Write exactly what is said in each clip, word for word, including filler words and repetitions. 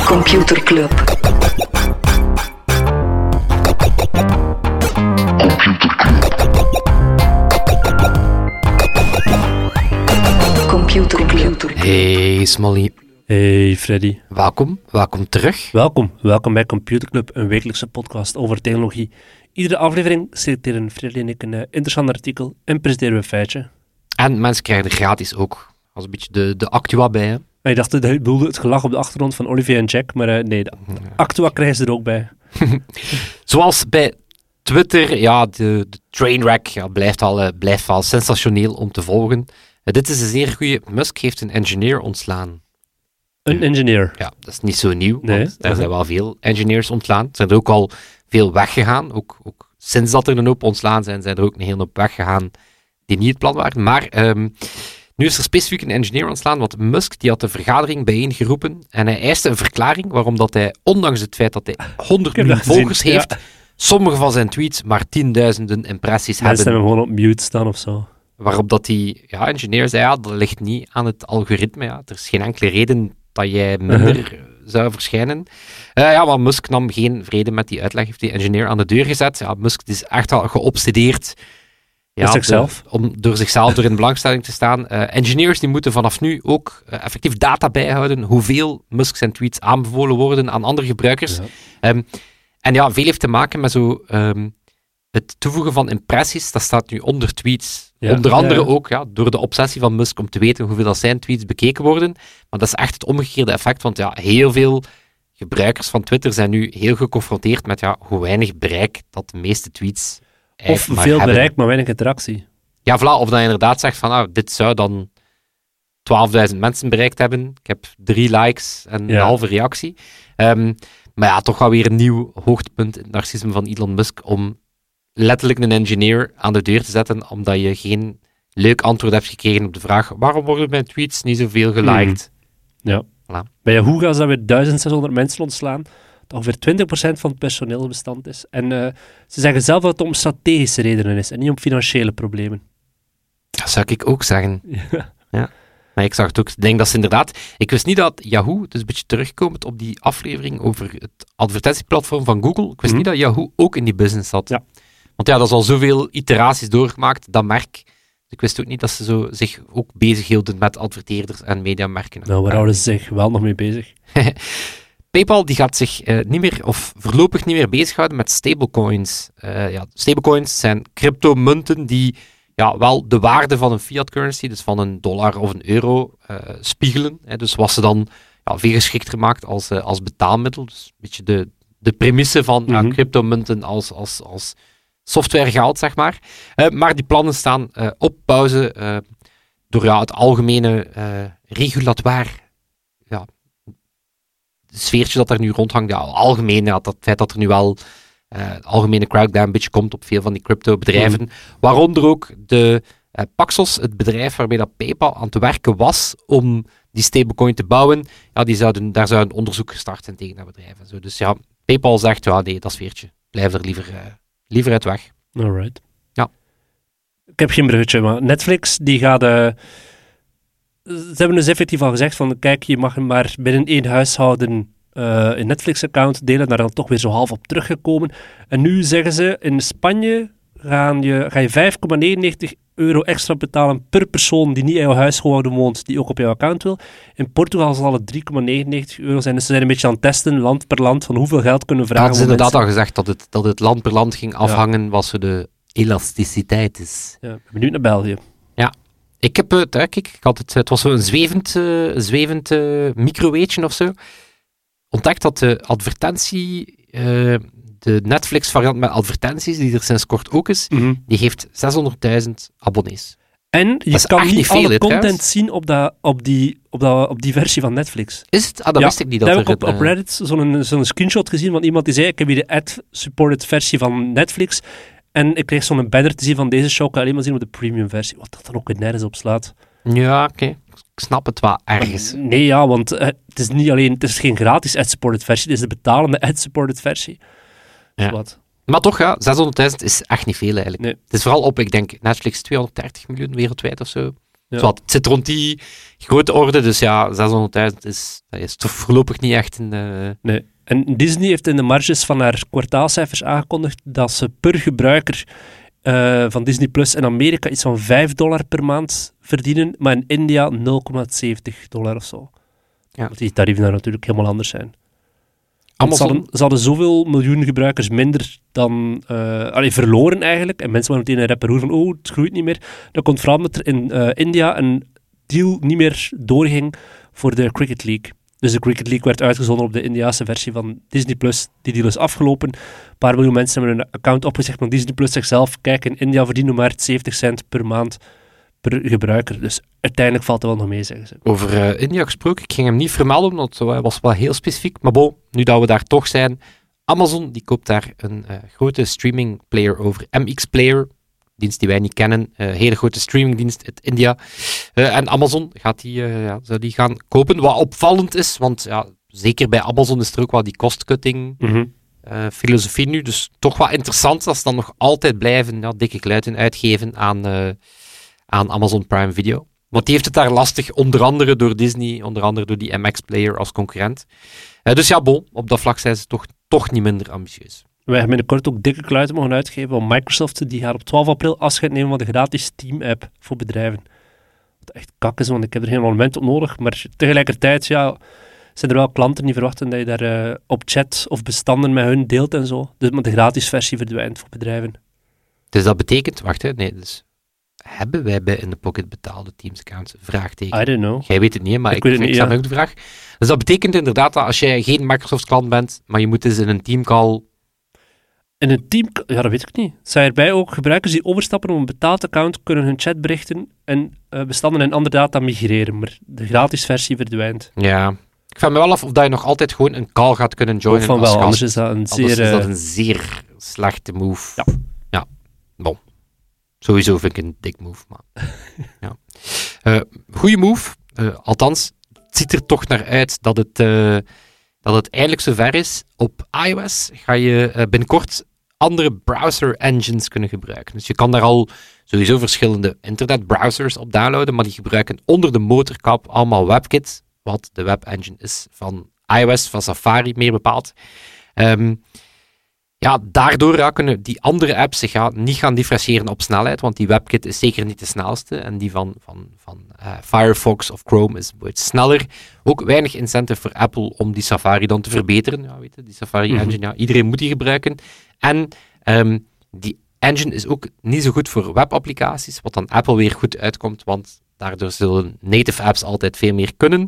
Computer Club. Computer Club. Hey Smolly. Hey Freddy. Welkom, welkom terug. Welkom, welkom bij Computer Club, een wekelijkse podcast over technologie. Iedere aflevering selecteren Freddy en ik een uh, interessant artikel en presenteren we een feitje. En mensen krijgen er gratis ook, als een beetje de, de actua bij. Hè? Maar je dacht, dat je bedoelde het gelach op de achtergrond van Olivier en Jack, maar uh, nee, de actua krijgen ze er ook bij. Zoals bij Twitter, ja, de, de trainwreck ja, blijft, al, uh, blijft wel sensationeel om te volgen. Uh, dit is een zeer goede. Musk heeft een engineer ontslaan. Een engineer? Ja, dat is niet zo nieuw, nee, want daar zijn wel veel engineers ontslaan. Er zijn er ook al veel weggegaan. Ook, ook sinds dat er een hoop ontslaan zijn, zijn er ook een hele hoop weggegaan die niet het plan waren. Maar um, nu is er specifiek een engineer ontslaan, want Musk die had de vergadering bijeengeroepen en hij eiste een verklaring waarom dat hij, ondanks het feit dat hij honderd miljoen volgers gezien, heeft, ja. sommige van zijn tweets maar tienduizenden impressies Mensen hebben. hebben hem gewoon op mute staan of zo. Waarop dat die ja, engineer zei, ja, dat ligt niet aan het algoritme. Ja. Er is geen enkele reden dat jij minder uh-huh. zou verschijnen. Uh, ja, maar Musk nam geen vrede met die uitleg, heeft die engineer aan de deur gezet. Ja, Musk is echt al geobsedeerd ja, door zichzelf. De, om door zichzelf door in belangstelling te staan. Uh, engineers die moeten vanaf nu ook uh, effectief data bijhouden hoeveel Musk zijn tweets aanbevolen worden aan andere gebruikers. Ja. Um, en ja, veel heeft te maken met zo... Um, het toevoegen van impressies, dat staat nu onder tweets. Ja, onder andere ja, ja. ook ja, door de obsessie van Musk om te weten hoeveel dat zijn tweets bekeken worden. Maar dat is echt het omgekeerde effect, want ja, heel veel gebruikers van Twitter zijn nu heel geconfronteerd met ja, hoe weinig bereik dat de meeste tweets Of veel hebben. bereik, maar weinig interactie. Ja, voilà, of dat je inderdaad zegt van, nou, dit zou dan twaalfduizend mensen bereikt hebben. Ik heb drie likes en ja. een halve reactie. Um, maar ja, toch wel weer een nieuw hoogtepunt in het narcisme van Elon Musk om letterlijk een engineer aan de deur te zetten, omdat je geen leuk antwoord hebt gekregen op de vraag waarom worden mijn tweets niet zoveel geliked? Mm. Ja. Voilà. Bij Yahoo gaan ze dan weer duizend mensen ontslaan, dat ongeveer twintig procent van het personeelsbestand is. En uh, ze zeggen zelf dat het om strategische redenen is en niet om financiële problemen. Dat zou ik ook zeggen. Ja. Ja. Maar ik zag het ook. Ik denk dat ze inderdaad... Ik wist niet dat Yahoo, dus een beetje terugkomend op die aflevering over het advertentieplatform van Google, ik wist mm-hmm. niet dat Yahoo ook in die business zat. Ja. Want ja, dat is al zoveel iteraties doorgemaakt, dat merk. Ik wist ook niet dat ze zo zich ook bezighielden met adverteerders en mediamerken. Nou, waar houden ze zich wel nog mee bezig? PayPal die gaat zich uh, niet meer, of voorlopig niet meer bezighouden met stablecoins. Uh, ja, stablecoins zijn cryptomunten die ja, wel de waarde van een fiat currency, dus van een dollar of een euro, uh, spiegelen. Hè. Dus wat ze dan ja, veel geschikter maakt als, uh, als betaalmiddel. Dus een beetje de, de premisse van mm-hmm. ja, cryptomunten als, als, als software geld, zeg maar. Uh, maar die plannen staan uh, op pauze uh, door ja, het algemene uh, regulatoire ja, sfeertje dat er nu rondhangt. Ja, algemeen, ja, dat feit dat er nu wel uh, algemene crackdown een beetje komt op veel van die crypto-bedrijven. Mm. Waaronder ook de uh, Paxos, het bedrijf waarmee dat PayPal aan het werken was om die stablecoin te bouwen. Ja, die zouden, daar zou een onderzoek gestart zijn tegen dat bedrijf. En zo. Dus ja, PayPal zegt, ja, nee, dat sfeertje. Blijf er liever... Uh, Liever uit weg. Alright. Ja. Ik heb geen bruggetje, maar Netflix, die gaat... Uh, ze hebben dus effectief al gezegd van, kijk, je mag maar binnen één huishouden uh, een Netflix-account delen. Daar dan toch weer zo half op teruggekomen. En nu zeggen ze, in Spanje gaan je, ga je vijf komma negenennegentig euro extra betalen per persoon die niet in jouw huishouden woont, die ook op jouw account wil. In Portugal zal het drie komma negenennegentig euro zijn. Dus ze zijn een beetje aan het testen, land per land, van hoeveel geld kunnen we vragen. Dat is inderdaad mensen. Al gezegd, dat het, dat het land per land ging afhangen ja. wat zo de elasticiteit is. Ja, ik ben benieuwd naar België. Ja. Ik heb het, kijk, ik had het, het was zo een zwevend, uh, zwevend uh, microweetje of zo. Ontdekt dat de advertentie... Uh, de Netflix-variant met advertenties, die er sinds kort ook is, mm-hmm. die heeft zeshonderdduizend abonnees. En je kan niet, niet alle veel, content trouwens. zien op, dat, op, die, op, dat, op die versie van Netflix. Is het? Ah, dat ja, wist ik niet. Dat heb ik op, het, op Reddit zo'n, zo'n screenshot gezien van iemand die zei, ik heb hier de ad-supported versie van Netflix en ik kreeg zo'n banner te zien van deze show, ik kan alleen maar zien op de premium versie. Wat dat dan ook weer nergens op slaat. Ja, oké. Okay. Ik snap het wel ergens. Maar, nee, ja, want uh, het is niet alleen, het is geen gratis ad-supported versie, het is de betalende ad-supported versie. Ja. Wat? Maar toch, ja, zeshonderdduizend is echt niet veel eigenlijk. Nee. Het is vooral op, ik denk, Netflix tweehonderddertig miljoen wereldwijd of zo. Ja. Zwat, het zit rond die grote orde, dus ja, zeshonderdduizend is, dat is toch voorlopig niet echt een... Uh... Nee. En Disney heeft in de marges van haar kwartaalcijfers aangekondigd dat ze per gebruiker uh, van Disney Plus in Amerika iets van vijf dollar per maand verdienen, maar in India nul komma zeventig dollar of zo. Ja. Want die tarieven daar natuurlijk helemaal anders zijn. Amazon... Ze hadden, ze hadden zoveel miljoen gebruikers minder dan... Uh, allee, verloren eigenlijk. En mensen waren meteen een rapperoer van oh, het groeit niet meer. Dat komt vooral omdat er in uh, India een deal niet meer doorging voor de Cricket League. Dus de Cricket League werd uitgezonden op de Indiase versie van Disney Plus. Die deal is afgelopen. Een paar miljoen mensen hebben een account opgezegd van Disney Plus zichzelf. Kijk, in India verdienen we maar zeventig cent per maand per gebruiker. Dus uiteindelijk valt het wel nog mee, zeggen ze. Over uh, India gesproken, ik ging hem niet vermelden, want het was wel heel specifiek. Maar bon, nu dat we daar toch zijn, Amazon die koopt daar een uh, grote streaming player over. M X Player, dienst die wij niet kennen. Een uh, hele grote streamingdienst uit India. Uh, en Amazon gaat die, uh, ja, zou die gaan kopen. Wat opvallend is, want ja, zeker bij Amazon is er ook wel die cost-cutting Mm-hmm. uh, filosofie nu. Dus toch wel interessant als ze dan nog altijd blijven ja, dikke kluiten uitgeven aan... Uh, aan Amazon Prime Video. Want die heeft het daar lastig, onder andere door Disney, onder andere door die M X-player als concurrent. Uh, dus ja, bon, op dat vlak zijn ze toch, toch niet minder ambitieus. Wij gaan binnenkort ook dikke kluiten mogen uitgeven, want Microsoft die gaat op twaalf april afscheid nemen van de gratis Team-app voor bedrijven. Wat echt kak is, want ik heb er geen abonnement op nodig, maar tegelijkertijd ja, zijn er wel klanten die verwachten dat je daar uh, op chat of bestanden met hun deelt en zo. Dus maar de gratis versie verdwijnt voor bedrijven. Dus dat betekent, wacht hè, nee, dus... Hebben wij bij In The Pocket betaalde Teams-accounts? Vraagteken. I don't know. Jij weet het niet, maar ik, ik, ik, niet, ik stel ja. ook de vraag. Dus dat betekent inderdaad dat als jij geen Microsoft-klant bent, maar je moet dus in een teamcall... In een team... Ja, dat weet ik niet. Zijn erbij ook gebruikers die overstappen op een betaald account, kunnen hun chatberichten en uh, bestanden en andere data migreren, maar de gratis versie verdwijnt. Ja. Ik vraag me wel af of dat je nog altijd gewoon een call gaat kunnen joinen. Of van als wel, gast. anders is dat een zeer... Anders is dat uh, een zeer slechte move. Ja. Ja, bon. Sowieso vind ik een dik move, maar... ja. Uh, goeie move. Uh, althans, het ziet er toch naar uit dat het, uh, dat het eindelijk zover is. Op iOS ga je uh, binnenkort andere browser engines kunnen gebruiken. Dus je kan daar al sowieso verschillende internetbrowsers op downloaden, maar die gebruiken onder de motorkap allemaal WebKit, wat de webengine is van iOS, van Safari meer bepaald. Um, Ja, daardoor ja, kunnen die andere apps zich ja, niet gaan differentiëren op snelheid, want die WebKit is zeker niet de snelste en die van, van, van uh, Firefox of Chrome is iets sneller. Ook weinig incentive voor Apple om die Safari dan te verbeteren. Ja, weet je, die Safari Mm-hmm. engine, ja, iedereen moet die gebruiken. En um, die engine is ook niet zo goed voor webapplicaties, wat dan Apple weer goed uitkomt, want daardoor zullen native apps altijd veel meer kunnen.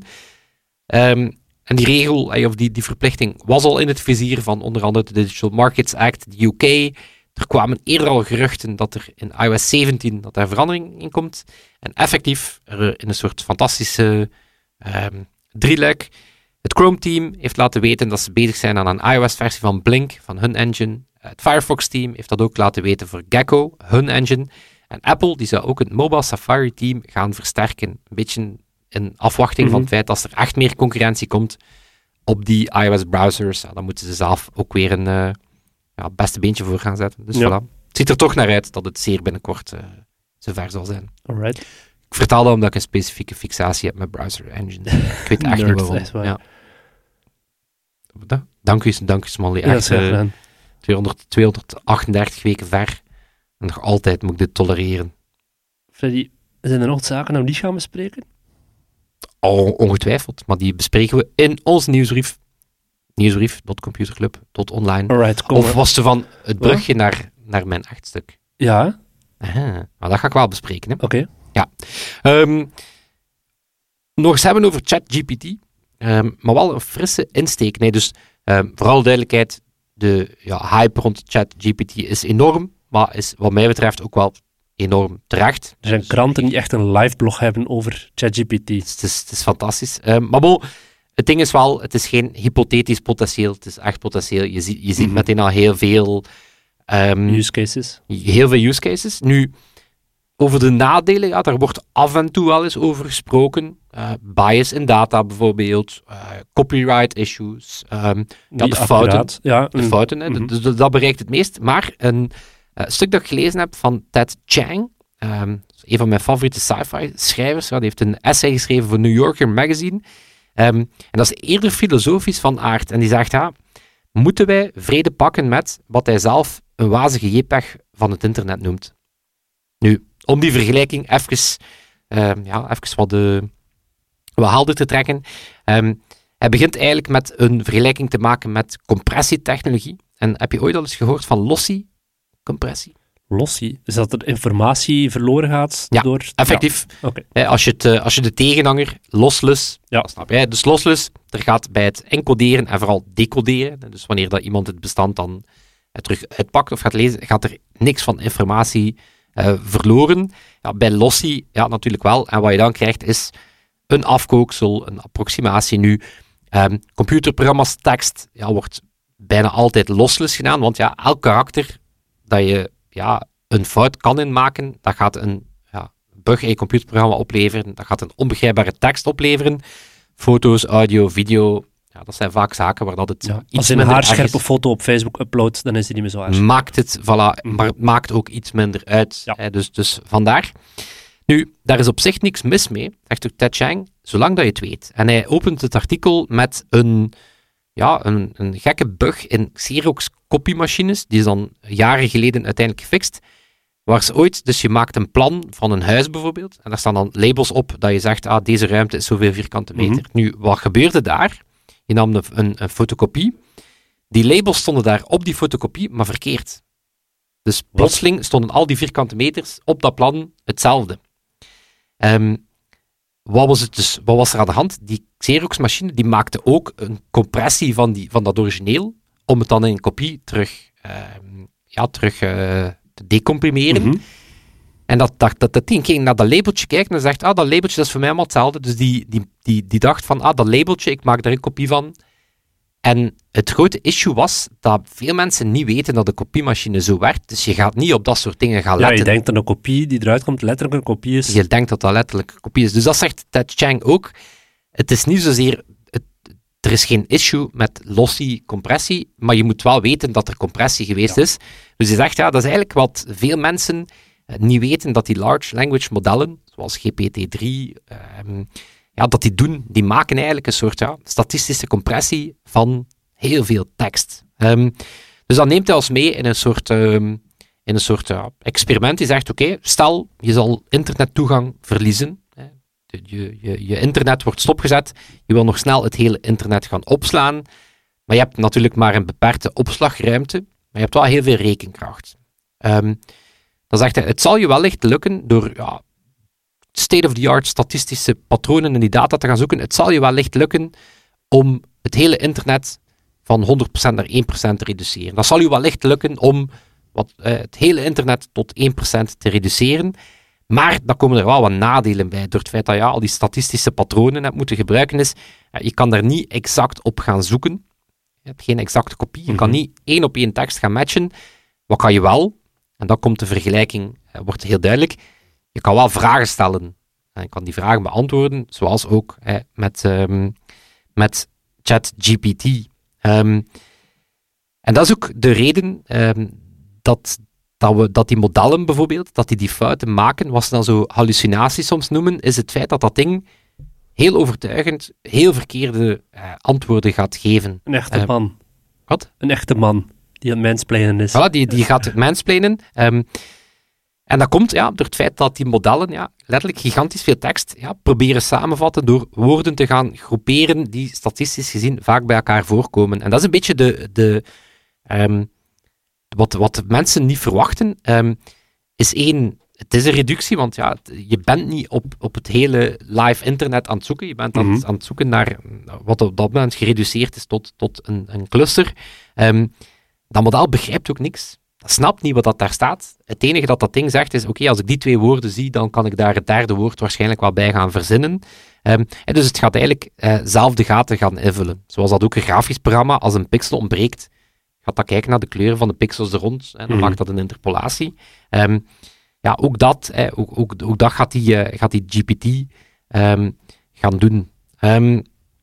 Um, En die regel, of die, die verplichting, was al in het vizier van onder andere de Digital Markets Act, de U K. Er kwamen eerder al geruchten dat er in iOS zeventien dat daar verandering in komt. En effectief, er in een soort fantastische um, drieluik, het Chrome-team heeft laten weten dat ze bezig zijn aan een iOS-versie van Blink, van hun engine. Het Firefox-team heeft dat ook laten weten voor Gecko, hun engine. En Apple, die zou ook het Mobile Safari-team gaan versterken. Een beetje... in afwachting mm-hmm. van het feit dat er echt meer concurrentie komt op die iOS-browsers, ja, dan moeten ze zelf ook weer een uh, ja, beste beentje voor gaan zetten. Dus ja. voilà. Het ziet er toch naar uit dat het zeer binnenkort uh, zover zal zijn. Alright. Ik vertel dat omdat ik een specifieke fixatie heb met browser engines. Ik weet echt niet waarom. Ja. Dank u, dank u Smally. Echt uh, tweehonderd, tweehonderdachtendertig weken ver. En nog altijd moet ik dit tolereren. Freddy, zijn er nog zaken die we niet gaan bespreken? Oh, ongetwijfeld, maar die bespreken we in ons nieuwsbrief. Nieuwsbrief dot computerclub dot online. Alright, kom of maar. was er van het brugje naar, naar mijn echt stuk? Ja. Aha, maar dat ga ik wel bespreken. Oké. Okay. Ja. Um, nog eens hebben over ChatGPT, um, maar wel een frisse insteek. Nee, dus um, vooral duidelijkheid, de ja, hype rond ChatGPT is enorm, maar is wat mij betreft ook wel enorm terecht. Er zijn kranten die echt een live blog hebben over ChatGPT. Het is, het is, het is fantastisch. Um, maar bon, het ding is wel, het is geen hypothetisch potentieel, het is echt potentieel. Je, zie, je ziet mm-hmm. meteen al heel veel... Um, use cases. Heel veel use cases. Nu, over de nadelen, ja, daar wordt af en toe wel eens over gesproken. Uh, bias in data bijvoorbeeld, uh, copyright issues, um, ja, de fouten. Ja, de fouten hè, mm-hmm. dus dat bereikt het meest. Maar een uh, stuk dat ik gelezen heb van Ted Chiang, Um, een van mijn favoriete sci-fi schrijvers. Ja, die heeft een essay geschreven voor New Yorker Magazine. Um, en dat is eerder filosofisch van aard. En die zegt, ja, moeten wij vrede pakken met wat hij zelf een wazige JPEG van het internet noemt? Nu, om die vergelijking even, um, ja, even wat, uh, wat helder te trekken. Um, hij begint eigenlijk met een vergelijking te maken met compressietechnologie. En heb je ooit al eens gehoord van lossy-compressie? Lossy? Is dat er informatie verloren gaat? Ja, door... effectief. Ja. Okay. Als, je het, als je de tegenhanger lossless, ja. snap je? Dus lossless, er gaat bij het encoderen en vooral decoderen, dus wanneer dat iemand het bestand dan terug uitpakt of gaat lezen, gaat er niks van informatie uh, verloren. Ja, bij lossy, ja, natuurlijk wel. En wat je dan krijgt is een afkooksel, een approximatie. Nu, um, computerprogramma's tekst ja, wordt bijna altijd lossless gedaan, want ja, elk karakter dat je ja, een fout kan inmaken, dat gaat een ja, bug in je computerprogramma opleveren, dat gaat een onbegrijpbare tekst opleveren. Foto's, audio, video, ja, dat zijn vaak zaken waar dat het ja, iets als je een haarscherpe foto op Facebook uploadt, dan is die niet meer zo haarscherp. Maakt het, voilà, mm. maar het maakt ook iets minder uit. Ja. Hè, dus, dus vandaar. Nu, daar is op zich niks mis mee, zegt ook Ted Chiang, zolang dat je het weet. En hij opent het artikel met een, ja, een, een gekke bug in Xerox kopiemachines, die is dan jaren geleden uiteindelijk gefixt, waar ze ooit, dus je maakt een plan van een huis bijvoorbeeld, en daar staan dan labels op dat je zegt, ah, deze ruimte is zoveel vierkante meter. Mm-hmm. Nu, wat gebeurde daar? Je nam een, een, een fotocopie, die labels stonden daar op die fotocopie, maar verkeerd. Dus plotseling stonden al die vierkante meters op dat plan hetzelfde. Um, wat, was het dus, wat was er aan de hand? Die Xerox-machine die maakte ook een compressie van, die, van dat origineel, om het dan in een kopie terug, uh, ja, terug uh, te decomprimeren. Mm-hmm. En dat, dat, dat, dat ding ging naar dat labeltje kijken en zegt, ah, dat labeltje dat is voor mij allemaal hetzelfde. Dus die, die, die, die dacht van, ah, dat labeltje, ik maak daar een kopie van. En het grote issue was dat veel mensen niet weten dat de kopiemachine zo werkt. Dus je gaat niet op dat soort dingen gaan letten. Ja, je denkt dat een kopie die eruit komt letterlijk een kopie is. Je denkt dat dat letterlijk een kopie is. Dus dat zegt Ted Chiang ook. Het is niet zozeer... Het, er is geen issue met lossy compressie, maar je moet wel weten dat er compressie geweest ja. is. Dus je zegt, ja, dat is eigenlijk wat veel mensen uh, niet weten, dat die large language modellen, zoals G P T drie... Um, Ja, dat die doen, die maken eigenlijk een soort ja, statistische compressie van heel veel tekst. Um, dus dan neemt hij ons mee in een soort, um, in een soort ja, experiment. Die zegt, oké, okay, stel, je zal internettoegang verliezen. Hè. Je, je, je internet wordt stopgezet. Je wil nog snel het hele internet gaan opslaan. Maar je hebt natuurlijk maar een beperkte opslagruimte. Maar je hebt wel heel veel rekenkracht. Um, dan zegt hij, het zal je wellicht lukken door... Ja, state-of-the-art statistische patronen in die data te gaan zoeken. Het zal je wellicht lukken om het hele internet van honderd procent naar één procent te reduceren. Dat zal je wellicht lukken om wat, uh, het hele internet tot één procent te reduceren. Maar dan komen er wel wat nadelen bij, door het feit dat je ja, al die statistische patronen hebt moeten gebruiken. Is, uh, je kan daar niet exact op gaan zoeken. Je hebt geen exacte kopie. Je mm-hmm. kan niet één op één tekst gaan matchen. Wat kan je wel? En dan komt de vergelijking, uh, wordt heel duidelijk. Je kan wel vragen stellen. En je kan die vragen beantwoorden, zoals ook hè, met, um, met ChatGPT. Um, en dat is ook de reden um, dat, dat, we, dat die modellen bijvoorbeeld, dat die die fouten maken, wat ze dan zo hallucinaties soms noemen, is het feit dat dat ding heel overtuigend, heel verkeerde uh, antwoorden gaat geven. Een echte uh, man. Wat? Een echte man die aan het mansplainen is. Voilà, die, die gaat mansplainen. Um, En dat komt ja, door het feit dat die modellen ja, letterlijk gigantisch veel tekst ja, proberen samenvatten door woorden te gaan groeperen die statistisch gezien vaak bij elkaar voorkomen. En dat is een beetje de, de, um, wat, wat mensen niet verwachten, um, is één, het is een reductie, want ja, je bent niet op, op het hele live internet aan het zoeken. Je bent mm-hmm. aan, aan het zoeken naar wat op dat moment gereduceerd is tot, tot een, een cluster. Um, dat model begrijpt ook niks. Dat snapt niet wat dat daar staat. Het enige dat dat ding zegt is, oké, okay, als ik die twee woorden zie, dan kan ik daar het derde woord waarschijnlijk wel bij gaan verzinnen. Um, en dus het gaat eigenlijk uh, zelf de gaten gaan invullen. Zoals dat ook een grafisch programma, als een pixel ontbreekt, gaat dat kijken naar de kleuren van de pixels er rond, en dan mm-hmm. maakt dat een interpolatie. Um, ja, ook dat, hè, ook, ook, ook dat gaat die, uh, gaat die G P T um, gaan doen. Um,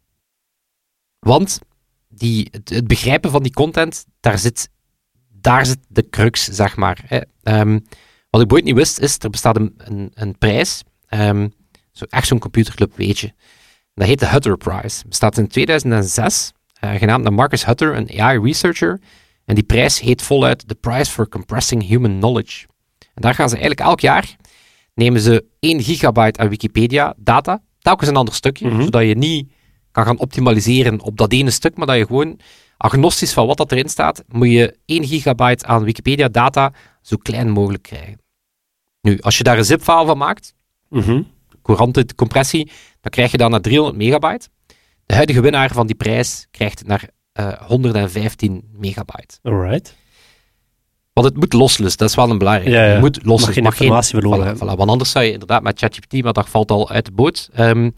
want die, het, het begrijpen van die content, daar zit Daar zit de crux, zeg maar. Hè. Um, Wat ik ooit niet wist, is, er bestaat een, een, een prijs, um, zo, echt zo'n computerclub, weet je. Dat heet de Hutter Prize. Het bestaat in tweeduizend zes, uh, genaamd naar Marcus Hutter, een A I-researcher. En die prijs heet voluit The Prize for Compressing Human Knowledge. En daar gaan ze eigenlijk elk jaar, nemen ze één gigabyte aan Wikipedia-data, telkens een ander stukje, mm-hmm. zodat je niet kan gaan optimaliseren op dat ene stuk, maar dat je gewoon, agnostisch van wat dat erin staat, moet je één gigabyte aan Wikipedia-data zo klein mogelijk krijgen. Nu, als je daar een zip-file van maakt, mm-hmm. courante compressie, dan krijg je dan naar driehonderd megabyte. De huidige winnaar van die prijs krijgt naar uh, honderdvijftien megabyte. Alright. Want het moet loslussen, dat is wel een belangrijke. Ja, ja. Je moet loslussen. Mag geen mag informatie verloren voilà, voilà, want anders zou je inderdaad met ChatGPT, maar dat valt al uit de boot. Um,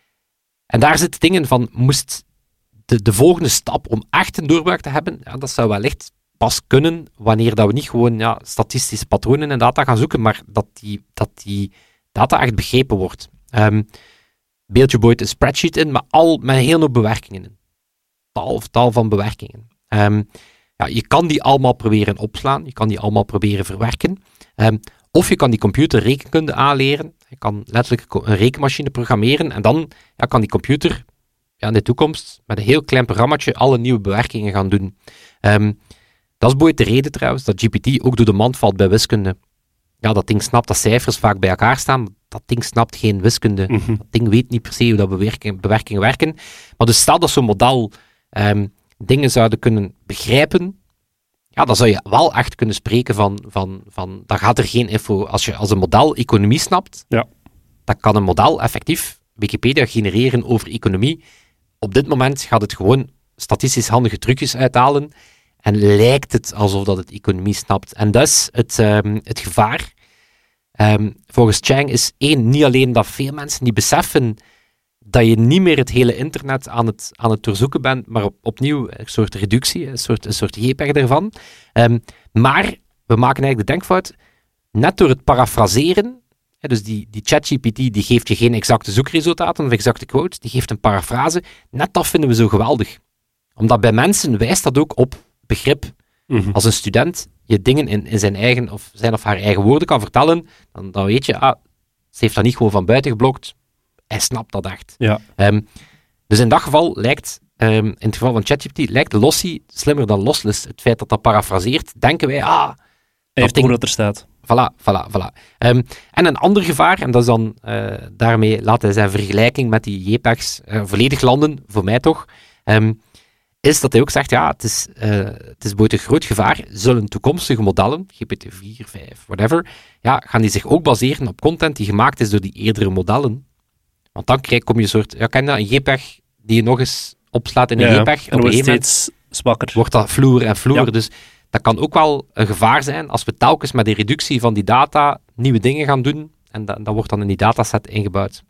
en daar zitten dingen van, moest de, de volgende stap om echt een doorbraak te hebben, ja, dat zou wellicht pas kunnen wanneer dat we niet gewoon ja, statistische patronen in data gaan zoeken, maar dat die, dat die data echt begrepen wordt. Um, beeld je bijvoorbeeld een spreadsheet in, maar al met een hele hoop bewerkingen in. Tal of tal van bewerkingen. Um, ja, je kan die allemaal proberen opslaan, je kan die allemaal proberen verwerken, um, of je kan die computer rekenkunde aanleren, je kan letterlijk een rekenmachine programmeren, en dan ja, kan die computer ja, in de toekomst met een heel klein programmaatje alle nieuwe bewerkingen gaan doen. Um, dat is bijvoorbeeld de reden trouwens dat G P T ook door de mand valt bij wiskunde. Ja, dat ding snapt dat cijfers vaak bij elkaar staan, dat ding snapt geen wiskunde. Mm-hmm. Dat ding weet niet per se hoe dat bewerking, bewerkingen werken. Maar dus stel dat zo'n model um, dingen zouden kunnen begrijpen, ja, dan zou je wel echt kunnen spreken van, van, van dan gaat er geen info. Als je als een model economie snapt, ja. dan kan een model effectief Wikipedia genereren over economie. Op dit moment gaat het gewoon statistisch handige trucjes uithalen en lijkt het alsof dat het economie snapt. En dus het, um, het gevaar, um, volgens Chang, is één, niet alleen dat veel mensen niet beseffen dat je niet meer het hele internet aan het, aan het doorzoeken bent, maar op, opnieuw een soort reductie, een soort, een soort JPEG ervan. Um, maar we maken eigenlijk de denkfout, net door het parafraseren, hè, dus die, die ChatGPT die geeft je geen exacte zoekresultaten of exacte quotes, die geeft een parafrase, net dat vinden we zo geweldig. Omdat bij mensen wijst dat ook op begrip. Mm-hmm. Als een student je dingen in, in zijn eigen of zijn of haar eigen woorden kan vertellen, dan, dan weet je, ah, ze heeft dat niet gewoon van buiten geblokt, hij snapt dat echt. Ja. Um, dus in dat geval lijkt, um, in het geval van ChatGPT, lijkt Lossy slimmer dan Lossless. Het feit dat dat parafraseert, denken wij, ah... Hij heeft ding... dat er staat. Voilà, voilà, voilà. Um, en een ander gevaar, en dat is dan, uh, daarmee laat hij zijn vergelijking met die JPEGs uh, volledig landen, voor mij toch, um, is dat hij ook zegt, ja, het is, uh, het is boeit een groot gevaar, zullen toekomstige modellen, G P T vier, vijf, whatever, ja, gaan die zich ook baseren op content die gemaakt is door die eerdere modellen. Want dan krijg, kom je een soort, ja, ken je dat, een JPEG die je nog eens opslaat in een ja, JPEG. En op wordt steeds zwakker. Wordt dat vloer en vloer. Ja. Dus dat kan ook wel een gevaar zijn als we telkens met de reductie van die data nieuwe dingen gaan doen. En dat, dat wordt dan in die dataset ingebouwd.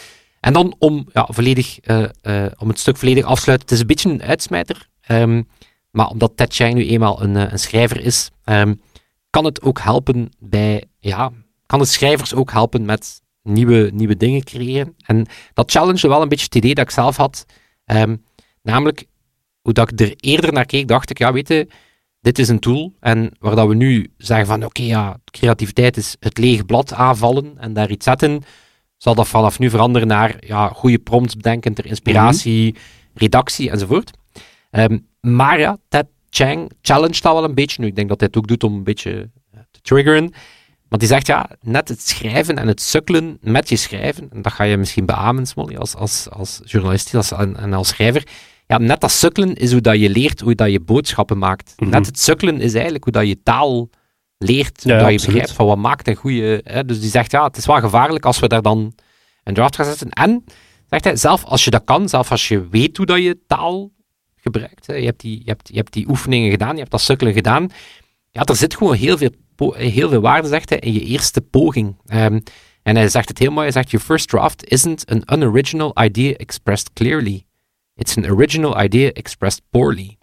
En dan om, ja, volledig, uh, uh, om het stuk volledig af te sluiten, het is een beetje een uitsmijter. Um, maar omdat Ted Chiang nu eenmaal een, uh, een schrijver is, um, kan het ook helpen bij, ja, kan het schrijvers ook helpen met nieuwe, nieuwe dingen creëren. En dat challenge wel een beetje het idee dat ik zelf had. Um, namelijk, hoe dat ik er eerder naar keek, dacht ik, ja, weet je, dit is een tool. En waar dat we nu zeggen van, oké, okay, ja, creativiteit is het lege blad aanvallen en daar iets zetten, zal dat vanaf nu veranderen naar ja, goede prompts bedenken ter inspiratie, mm-hmm. redactie enzovoort. Um, maar ja, Ted Chiang challenge dat wel een beetje. Nu, ik denk dat hij het ook doet om een beetje uh, te triggeren. Maar die zegt, ja, net het schrijven en het sukkelen met je schrijven, en dat ga je misschien beamen, Smolly, als, als, als journalist als, en, en als schrijver, ja, net dat sukkelen is hoe dat je leert, hoe dat je boodschappen maakt. Mm-hmm. Net het sukkelen is eigenlijk hoe dat je taal leert, hoe ja, dat je absoluut. begrijpt van wat maakt een goede... Hè? Dus die zegt, ja, het is wel gevaarlijk als we daar dan een draft gaan zetten. En, zegt hij, zelf als je dat kan, zelf als je weet hoe dat je taal gebruikt, hè? Je, hebt die, je, hebt, je hebt die oefeningen gedaan, je hebt dat sukkelen gedaan, ja, er zit gewoon heel veel, po- heel veel waarde, zegt hij, in je eerste poging. Um, en hij zegt het heel mooi, hij zegt, your first draft isn't an unoriginal idea expressed clearly. It's an original idea expressed poorly.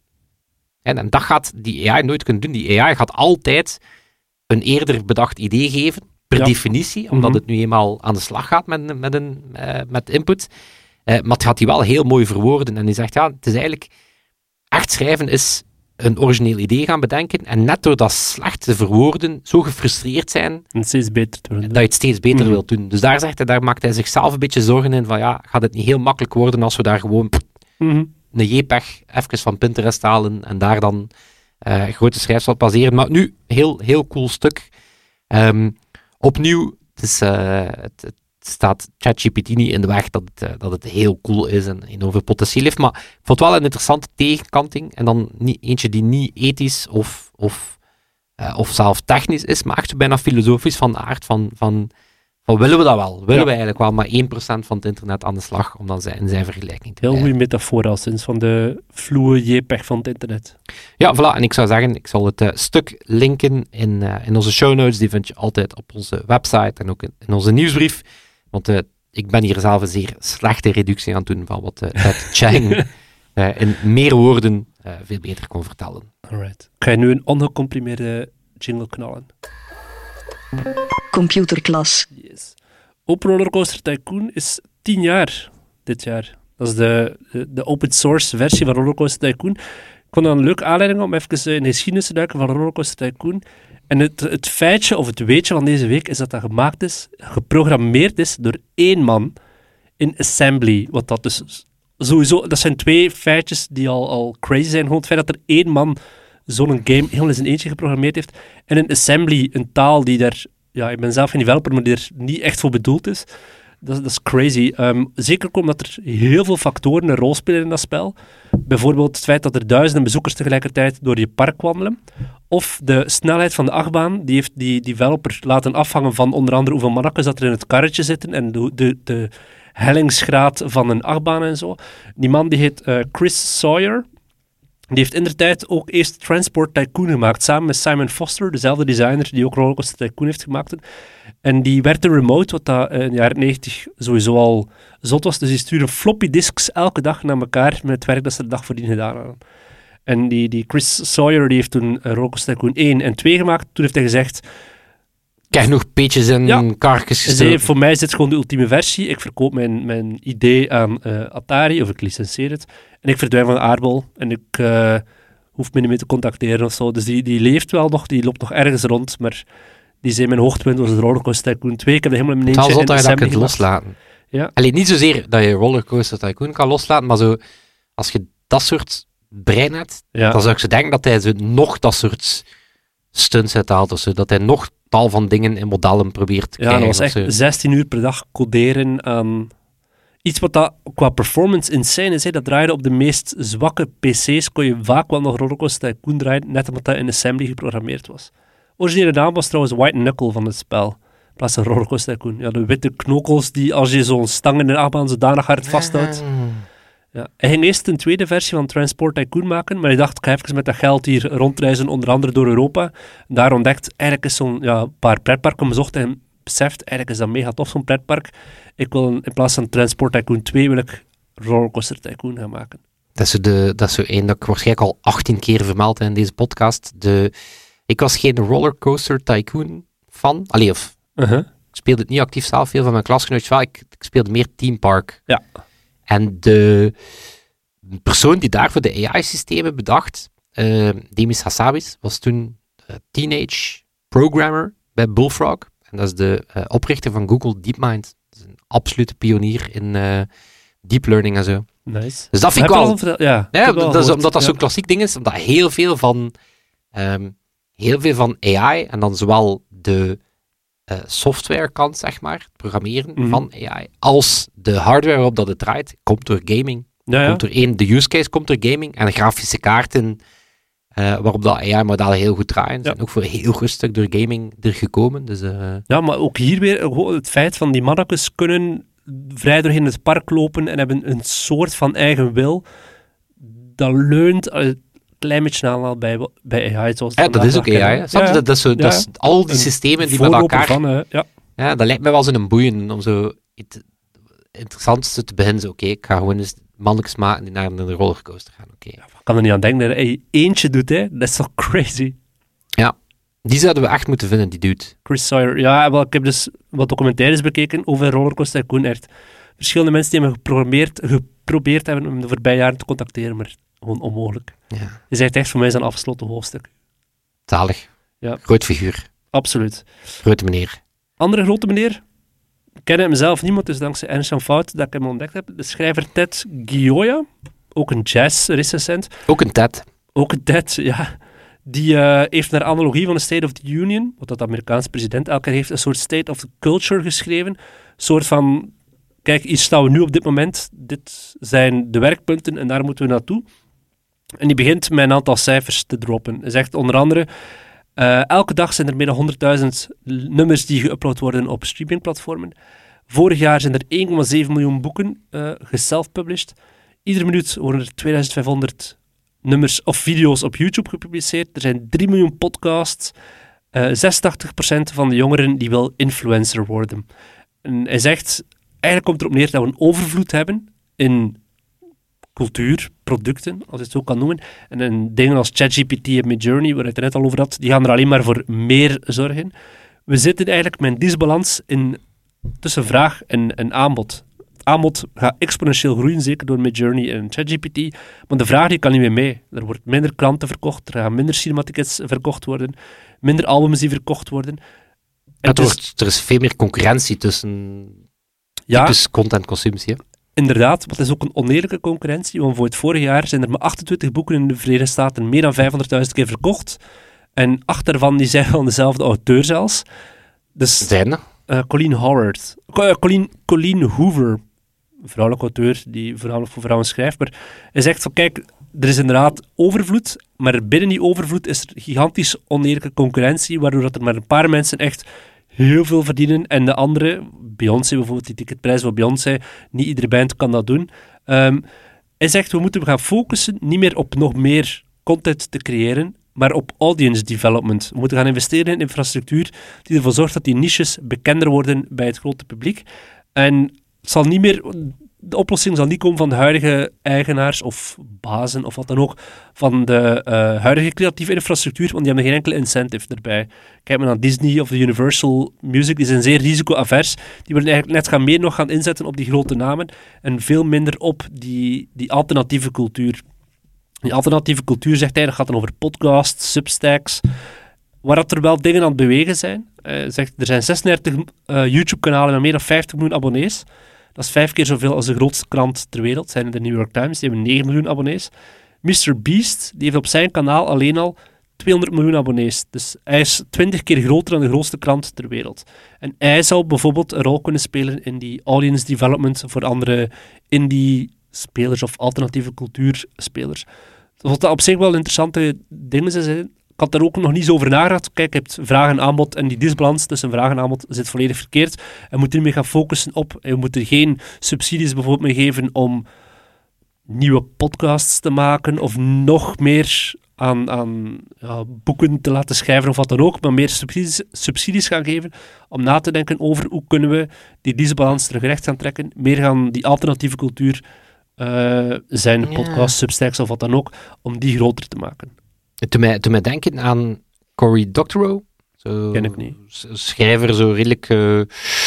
En, en dat gaat die A I nooit kunnen doen. Die A I gaat altijd een eerder bedacht idee geven, per ja. definitie, omdat mm-hmm. het nu eenmaal aan de slag gaat met, met, een, uh, met input. Uh, maar het gaat die wel heel mooi verwoorden. En die zegt, ja, het is eigenlijk... Echt schrijven is een origineel idee gaan bedenken en net door dat slecht te verwoorden, zo gefrustreerd zijn, En steeds beter te worden. dat je het steeds beter Mhm. wilt doen. Dus daar, zegt hij, daar maakt hij zichzelf een beetje zorgen in van ja, gaat het niet heel makkelijk worden als we daar gewoon pff, Mhm. een JPEG even van Pinterest halen en daar dan uh, grote schrijfsel baseren. Maar nu, heel, heel cool stuk. Um, opnieuw, het, is, uh, het, het staat ChatGPT niet in de weg dat het, uh, dat het heel cool is en enorm potentieel heeft, maar ik vond het wel een interessante tegenkanting en dan niet, eentje die niet ethisch of, of, uh, of zelf technisch is, maar echt bijna filosofisch van de aard van, van, van willen we dat wel? Willen Ja. we eigenlijk wel maar één procent van het internet aan de slag om dan zijn, in zijn vergelijking te Heel blijven? goede metafoor al sinds van de vloe JPEG van het internet. Ja, voilà. En ik zou zeggen, ik zal het uh, stuk linken in, uh, in onze show notes. Die vind je altijd op onze website en ook in, in onze nieuwsbrief. Want uh, ik ben hier zelf een zeer slechte reductie aan het doen van wat uh, Ted Chiang uh, in meer woorden uh, veel beter kon vertellen. Alright. Ik ga je nu een ongecomprimeerde jingle knallen. Computerklas. Yes. Open Rollercoaster Tycoon is tien jaar dit jaar. Dat is de, de, de open source versie van Rollercoaster Tycoon. Ik vond dat een leuke aanleiding om even in de geschiedenis te duiken van Rollercoaster Tycoon. En het, het feitje, of het weetje van deze week, is dat dat gemaakt is, geprogrammeerd is door één man in assembly. Wat dat dus sowieso, dat zijn twee feitjes die al, al crazy zijn. Gewoon het feit dat er één man zo'n game helemaal in zijn eentje geprogrammeerd heeft. En in assembly, een taal die daar, ja, ik ben zelf geen developer, maar die er niet echt voor bedoeld is. Dat, dat is crazy. Um, zeker omdat er heel veel factoren een rol spelen in dat spel. Bijvoorbeeld het feit dat er duizenden bezoekers tegelijkertijd door je park wandelen. Of de snelheid van de achtbaan. Die heeft die developer laten afhangen van onder andere hoeveel mannetjes dat er in het karretje zitten. En de, de, de hellingsgraad van een achtbaan en zo. Die man die heet uh, Chris Sawyer. Die heeft indertijd ook eerst Transport Tycoon gemaakt, samen met Simon Foster, dezelfde designer die ook Rollercoaster Tycoon heeft gemaakt. En die werkte remote, wat dat in de jaren negentig sowieso al zot was. Dus die stuurde floppy disks elke dag naar elkaar met het werk dat ze de dag voordien gedaan hadden. En die, die Chris Sawyer die heeft toen Rollercoaster Tycoon één en twee gemaakt. Toen heeft hij gezegd... Ik krijg nog peetjes en Ja. karkjes Zei, gestoken. voor mij is dit gewoon de ultieme versie. Ik verkoop mijn, mijn idee aan uh, Atari, of ik licenseer het. En ik verdwijn van de aardbol. En ik uh, hoef me niet meer te contacteren of zo. Dus die, die leeft wel nog, die loopt nog ergens rond. Maar die zei, mijn hoogtepunt was de Rollercoaster Tycoon twee. Ik heb er helemaal in mijn Het is eentje wel in zot dat je dat assembly kunt gemaakt. loslaten. Ja. Alleen niet zozeer dat je Rollercoaster Tycoon kan loslaten, maar zo, als je dat soort brein hebt, Ja. dan zou ik zo denken dat hij zo nog dat soort stunts uithaalt of zo. Dat hij nog tal van dingen in modellen probeert te Ja, dat krijgen. was of echt zo. zestien uur per dag coderen aan iets wat dat qua performance insane is. Hè. Dat draaide op de meest zwakke P C's, kon je vaak wel nog Rollercoaster Tycoon draaien, net omdat dat in assembly geprogrammeerd was. Originele naam was trouwens White Knuckle van het spel, in plaats van Rollercoaster Tycoon. Ja, de witte knokels die als je zo'n stang in de achtbaan zodanig hard vasthoudt. Ja. Hij ging eerst een tweede versie van Transport Tycoon maken, maar hij dacht, ik ga even met dat geld hier rondreizen, onder andere door Europa. Daar ontdekt, eigenlijk is zo'n ja, paar pretparken bezocht en beseft, eigenlijk is dat mega tof, zo'n pretpark. Ik wil een, in plaats van Transport Tycoon twee, wil ik Rollercoaster Tycoon gaan maken. Dat is zo, de, dat is zo één dat ik waarschijnlijk al achttien keer vermeld heb in deze podcast. De, ik was geen Rollercoaster Tycoon fan. Allee, of Uh-huh. ik speelde het niet actief zelf, veel van mijn klasgenootjes wel. Ik, ik speelde meer Theme Park. Ja. En de persoon die daarvoor de A I-systemen bedacht, uh, Demis Hassabis, was toen uh, teenage programmer bij Bullfrog. En dat is de uh, oprichter van Google DeepMind. Dat is een absolute pionier in uh, deep learning en zo. Nice. Dus dat vind ik Heb je wel... al verteld? Ja, ik Ja, heb wel dat is, gehoord. omdat dat Ja. zo'n klassiek ding is, omdat heel veel van, um, heel veel van A I, en dan zowel de uh, softwarekant, zeg maar, het programmeren Mhm. van A I, als de hardware waarop dat het draait, komt door gaming. Ja, ja. Komt door één, de use case komt door gaming, en de grafische kaarten uh, waarop dat A I-modellen heel goed draaien, zijn ook voor een heel goed stuk door gaming er gekomen. Dus, uh, Ja, maar ook hier weer gewoon het feit van die mannetjes kunnen vrij doorheen het park lopen en hebben een soort van eigen wil. Dat leunt een klein beetje aan al bij, bij A I. Zoals ja, dat is ook A I. Hè? Ja, Snap je? Dat, dat, is zo, dat is al die Een systemen die met voorloper elkaar... Van, uh, ja. Ja, dat lijkt me wel zo'n boeiend om zo iets interessants te beginnen. Zo, oké, okay, ik ga gewoon eens mannetjes maken die naar een rollercoaster gaan. Oké. Ja, ik kan er niet aan denken dat hij eentje doet, hè. Dat is toch crazy. Ja, die zouden we echt moeten vinden, die dude. Chris Sawyer. Ja, wel, ik heb dus wat documentaires bekeken over Rollercoaster Tycoon. Echt verschillende mensen die hem geprogrammeerd, geprobeerd hebben om hem de voorbije jaren te contacteren, maar Gewoon onmogelijk. Ja. Je zegt echt, voor mij is een afgesloten hoofdstuk. Zalig. Ja. Groot figuur. Absoluut. Grote meneer. Andere grote meneer? Ik ken hem zelf niemand, dus dankzij Ernst Jan Fout dat ik hem ontdekt heb. De schrijver Ted Gioia, ook een jazz-recensent. Ook een Ted. Ook een Ted, ja. Die uh, heeft naar analogie van de State of the Union, wat dat de Amerikaanse president elke keer heeft, een soort State of the Culture geschreven. Een soort van, kijk, hier staan we nu op dit moment, dit zijn de werkpunten en daar moeten we naartoe. En die begint met een aantal cijfers te droppen. Hij zegt onder andere, uh, elke dag zijn er meer dan honderdduizend nummers die geüpload worden op streamingplatformen. Vorig jaar zijn er één komma zeven miljoen boeken uh, geself-published. Iedere minuut worden er tweeduizend vijfhonderd nummers of video's op YouTube gepubliceerd. Er zijn drie miljoen podcasts. Uh, zesentachtig procent van de jongeren die wil influencer worden. En hij zegt, eigenlijk komt het erop neer dat we een overvloed hebben in cultuur, producten, als je het zo kan noemen. En in dingen als ChatGPT en Midjourney, waar ik het net al over had, die gaan er alleen maar voor meer zorgen. We zitten eigenlijk met een disbalans in, tussen vraag en, en aanbod. Aanbod gaat exponentieel groeien, zeker door Midjourney en ChatGPT. Maar de vraag die kan niet meer mee. Er wordt minder kranten verkocht, er gaan minder cinematickets verkocht worden, minder albums die verkocht worden. En het wordt, er is veel meer concurrentie tussen ja, types contentconsumptie. Hè? Inderdaad, maar het is ook een oneerlijke concurrentie, want voor het vorige jaar zijn er maar achtentwintig boeken in de Verenigde Staten meer dan vijfhonderdduizend keer verkocht. En acht daarvan die zijn van dezelfde auteur zelfs. Dus, zijn er? Uh, Colleen Howard. Uh, Colleen, Colleen Hoover, vrouwelijke auteur die voornamelijk voor vrouwen schrijft. Maar hij zegt van, kijk, er is inderdaad overvloed, maar binnen die overvloed is er gigantisch oneerlijke concurrentie, waardoor dat er maar een paar mensen echt heel veel verdienen en de andere, Beyoncé bijvoorbeeld, die ticketprijs voor Beyoncé, niet iedere band kan dat doen. Um, hij zegt, we moeten gaan focussen niet meer op nog meer content te creëren, maar op audience development. We moeten gaan investeren in infrastructuur die ervoor zorgt dat die niches bekender worden bij het grote publiek. En het zal niet meer, de oplossing zal niet komen van de huidige eigenaars of bazen of wat dan ook, van de uh, huidige creatieve infrastructuur, want die hebben geen enkele incentive erbij. Kijk maar naar Disney of de Universal Music, die zijn zeer risico-avers. Die willen eigenlijk net gaan meer nog gaan inzetten op die grote namen en veel minder op die, die alternatieve cultuur. Die alternatieve cultuur, zegt hij, dat gaat dan over podcasts, substacks, waar dat er wel dingen aan het bewegen zijn. Uh, zegt, er zijn zesendertig uh, YouTube-kanalen met meer dan vijftig miljoen abonnees. Dat is vijf keer zoveel als de grootste krant ter wereld, zijn de New York Times, die hebben negen miljoen abonnees. mister Beast, die heeft op zijn kanaal alleen al tweehonderd miljoen abonnees. Dus hij is twintig keer groter dan de grootste krant ter wereld. En hij zou bijvoorbeeld een rol kunnen spelen in die audience development voor andere indie-spelers of alternatieve cultuurspelers. Wat dat op zich wel interessante dingen zijn. Ik had daar ook nog niet zo over nagedacht. Kijk, je hebt vraag en aanbod en die disbalans tussen vraag en aanbod zit volledig verkeerd. We moeten meer gaan focussen op, we moeten geen subsidies bijvoorbeeld meer geven om nieuwe podcasts te maken of nog meer aan, aan ja, boeken te laten schrijven of wat dan ook, maar meer subsidies, subsidies gaan geven om na te denken over hoe kunnen we die disbalans terug recht gaan trekken, meer gaan die alternatieve cultuur uh, zijn, ja. podcasts, substacks of wat dan ook, om die groter te maken. Toen mij, toen mij denken aan Cory Doctorow. Zo, ken ik niet. Schrijver, zo redelijk uh,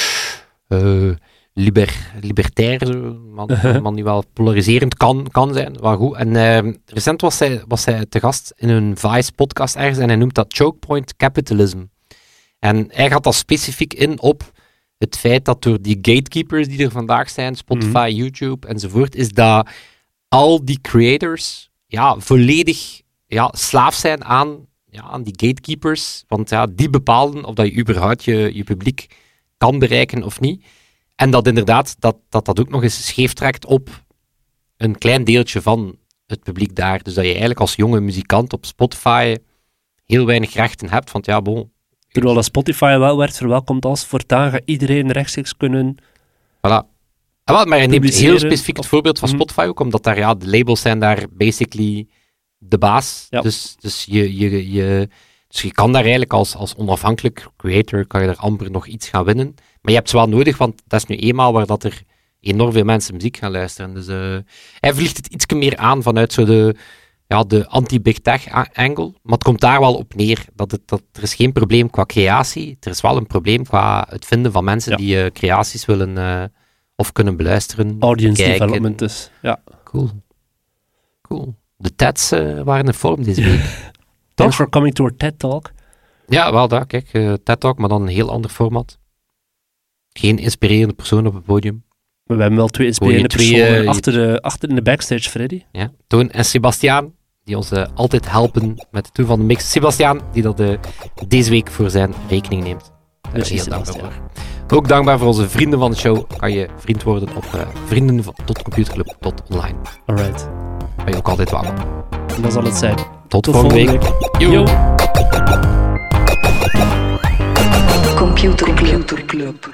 uh, liber, libertair, zo, man, uh-huh. man die wel polariserend kan, kan zijn. Wel goed. En uh, recent was hij, was hij te gast in een Vice-podcast ergens en hij noemt dat choke point capitalism. En hij gaat dat specifiek in op het feit dat door die gatekeepers die er vandaag zijn, Spotify, mm-hmm. YouTube enzovoort, is dat al die creators ja, volledig ja, slaaf zijn aan, ja, aan die gatekeepers, want ja, die bepalen of dat je überhaupt je, je publiek kan bereiken of niet. En dat inderdaad, dat, dat dat ook nog eens scheef trekt op een klein deeltje van het publiek daar. Dus dat je eigenlijk als jonge muzikant op Spotify heel weinig rechten hebt, want ja, bon. Terwijl dat Spotify wel werd verwelkomd als voortaan gaat iedereen rechtstreeks kunnen Voilà. Ah, maar je neemt heel specifiek het voorbeeld van Spotify ook, omdat daar, ja, de labels zijn daar basically de baas. Ja. Dus, dus, je, je, je, dus je kan daar eigenlijk als, als onafhankelijk creator, kan je er amper nog iets gaan winnen. Maar je hebt ze wel nodig, want dat is nu eenmaal waar dat er enorm veel mensen muziek gaan luisteren. Dus uh, hij vliegt het iets meer aan vanuit zo de, ja, de anti-big tech angle. Maar het komt daar wel op neer. Dat het, dat, er is geen probleem qua creatie. Er is wel een probleem qua het vinden van mensen ja. die uh, creaties willen uh, of kunnen beluisteren. Audience kijken. Development dus, ja. Cool. Cool. de Teds uh, waren in vorm deze week. Thanks for coming to our TED Talk. Ja, wel dat. Kijk, uh, TED Talk, maar dan een heel ander format. Geen inspirerende persoon op het podium. Maar we hebben wel twee inspirerende twee, personen uh, achter, de, achter in de backstage, Freddy. Ja, Toon en Sebastiaan, die ons uh, altijd helpen met de tour van de mix. Sebastiaan, die dat uh, deze week voor zijn rekening neemt. Daar ben ik heel dankbaar voor. Ook dankbaar voor onze vrienden van de show. Kan je vriend worden op uh, vrienden tot computerclub tot online. Alright. Ben je ook altijd welkom. En dat zal het zijn. Tot, Tot volgende week. week. Yo. Yo. Computer Club.